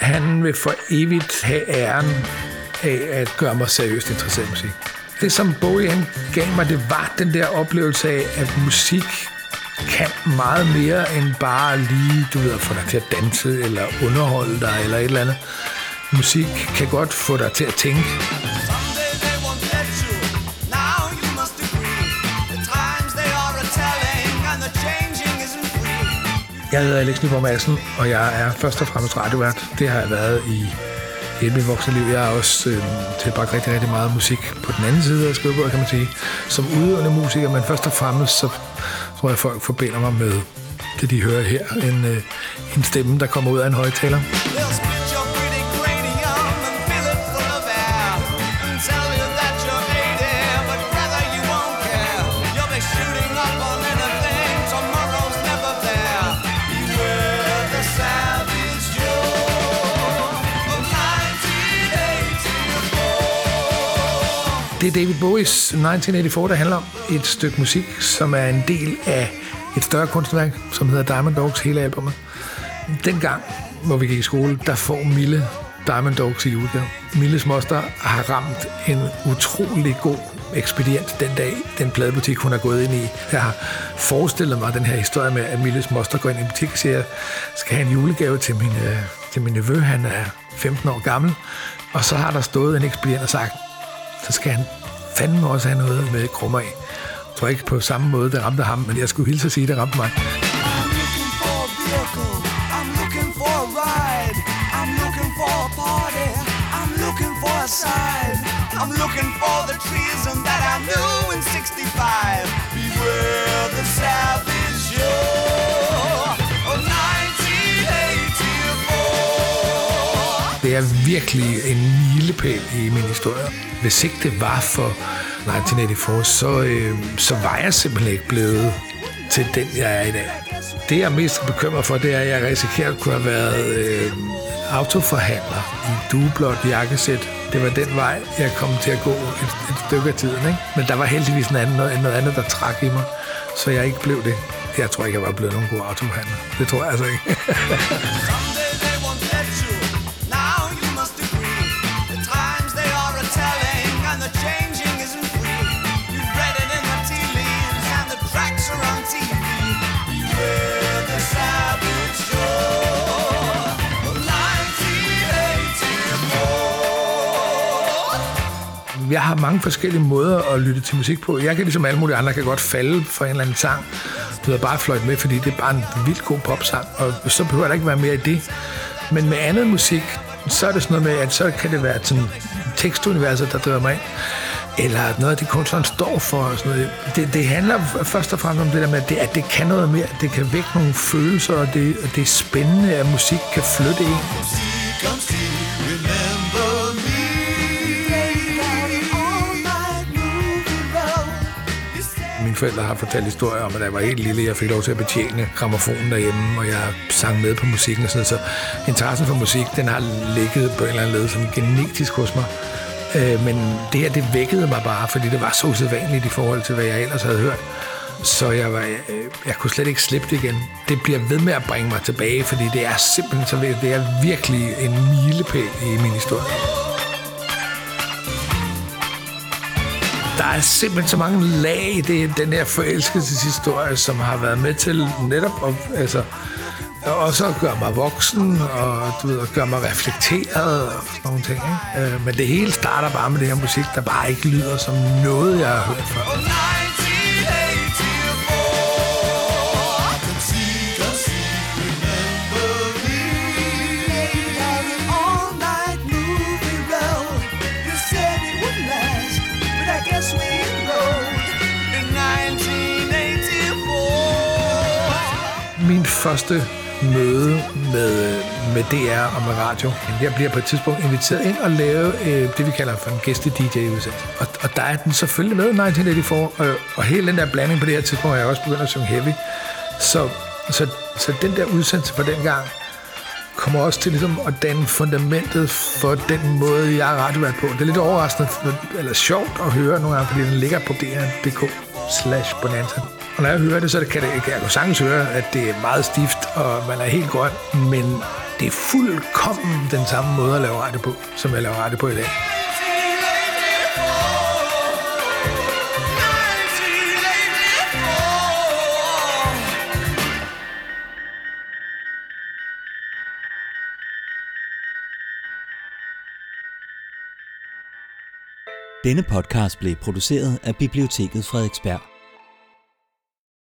han vil for evigt have æren af at gøre mig seriøst interesseret i musik. Det, som Bowie han gav mig, det var den der oplevelse af, at musik kan meget mere end bare lige, at få dig til at danse, eller underholde dig, eller et eller andet. Musik kan godt få dig til at tænke. Jeg hedder Alex Nyborg Madsen, og jeg er først og fremmest radiovært. Det har jeg været i hele mit voksne liv. Jeg har også tilbragt rigtig, rigtig meget musik på den anden side af skrivebordet, kan man sige, som udøvende musiker, men først og fremmest så tror jeg, folk forbinder mig med det, de hører her. En stemme, der kommer ud af en højttaler. Det er David Bowies 1984, der handler om et stykke musik, som er en del af et større kunstværk, som hedder Diamond Dogs, hele albumet. Dengang, hvor vi gik i skole, der får Mille Diamond Dogs i julegave. Milles moster har ramt en utrolig god ekspedient den dag, den pladebutik, hun er gået ind i. Jeg har forestillet mig den her historie med, at Milles moster går ind i en butik og siger, skal have en julegave til min nevø, han er 15 år gammel. Og så har der stået en ekspedient og sagt, så skal han fandme også have noget med krummer i. Jeg tror ikke på samme måde, det ramte ham, men jeg skulle hilse at sige, det ramte mig. Det er virkelig en milepæl i min historie. Hvis ikke det var for 1984, så var jeg simpelthen ikke blevet til den, jeg er i dag. Det, jeg er mest bekymret for, det er, at jeg risikerer at kunne have været autoforhandler i dueblåt jakkesæt. Det var den vej, jeg kom til at gå et stykke af tiden. Ikke? Men der var heldigvis noget andet, der trak i mig, så jeg ikke blev det. Jeg tror ikke, jeg var blevet nogen god autoforhandler. Det tror jeg altså ikke. Jeg har mange forskellige måder at lytte til musik på. Jeg kan ligesom alle mulige andre, kan godt falde for en eller anden sang. Du har bare fløjt med, fordi det er bare en vildt god popsang, og så behøver der ikke være mere i det. Men med andet musik, så er det sådan noget med, at så kan det være sådan tekstuniverset, der driver mig ind, eller noget af det kunstneren står for. Og sådan noget. Det handler først og fremmest om det der med, at det kan noget mere, det kan vække nogle følelser, og det er spændende, at musik kan flytte en. Mine forældre har fortalt historier om, at da jeg var helt lille, jeg fik lov til at betjene grammofonen derhjemme, og jeg sang med på musikken og sådan. Så interessen for musik, den har ligget på en eller anden led sådan genetisk hos mig. Men det her, det vækkede mig bare, fordi det var så usædvanligt i forhold til, hvad jeg ellers havde hørt. Så jeg kunne slet ikke slippe det igen. Det bliver ved med at bringe mig tilbage, fordi det er simpelthen så vigtigt. Det er virkelig en milepæl i min historie. Der er simpelthen så mange lag i den her forelskelseshistorie, som har været med til netop at også gøre mig voksen og gøre mig reflekteret og sådan nogle ting. Ikke? Men det hele starter bare med det her musik, der bare ikke lyder som noget, jeg har hørt før. Min første møde med DR og med radio. Jeg bliver på et tidspunkt inviteret ind og lave det, vi kalder for en gæste-DJ-udsendelse. Og der er den selvfølgelig med 1984, og hele den der blanding på det her tidspunkt, har jeg også begyndt at synge heavy. Så den der udsendelse fra den gang kommer også til ligesom at danne fundamentet for den måde, jeg er radiovært på. Det er lidt overraskende, eller sjovt at høre nogle gange, fordi den ligger på dr.dk/bonanza. Og når jeg hører det, så kan jeg jo sagtens høre, at det er meget stift, og man er helt grøn, men det er fuldkommen den samme måde at lave radio på, som jeg laver radio på i dag. Denne podcast blev produceret af Biblioteket Frederiksberg.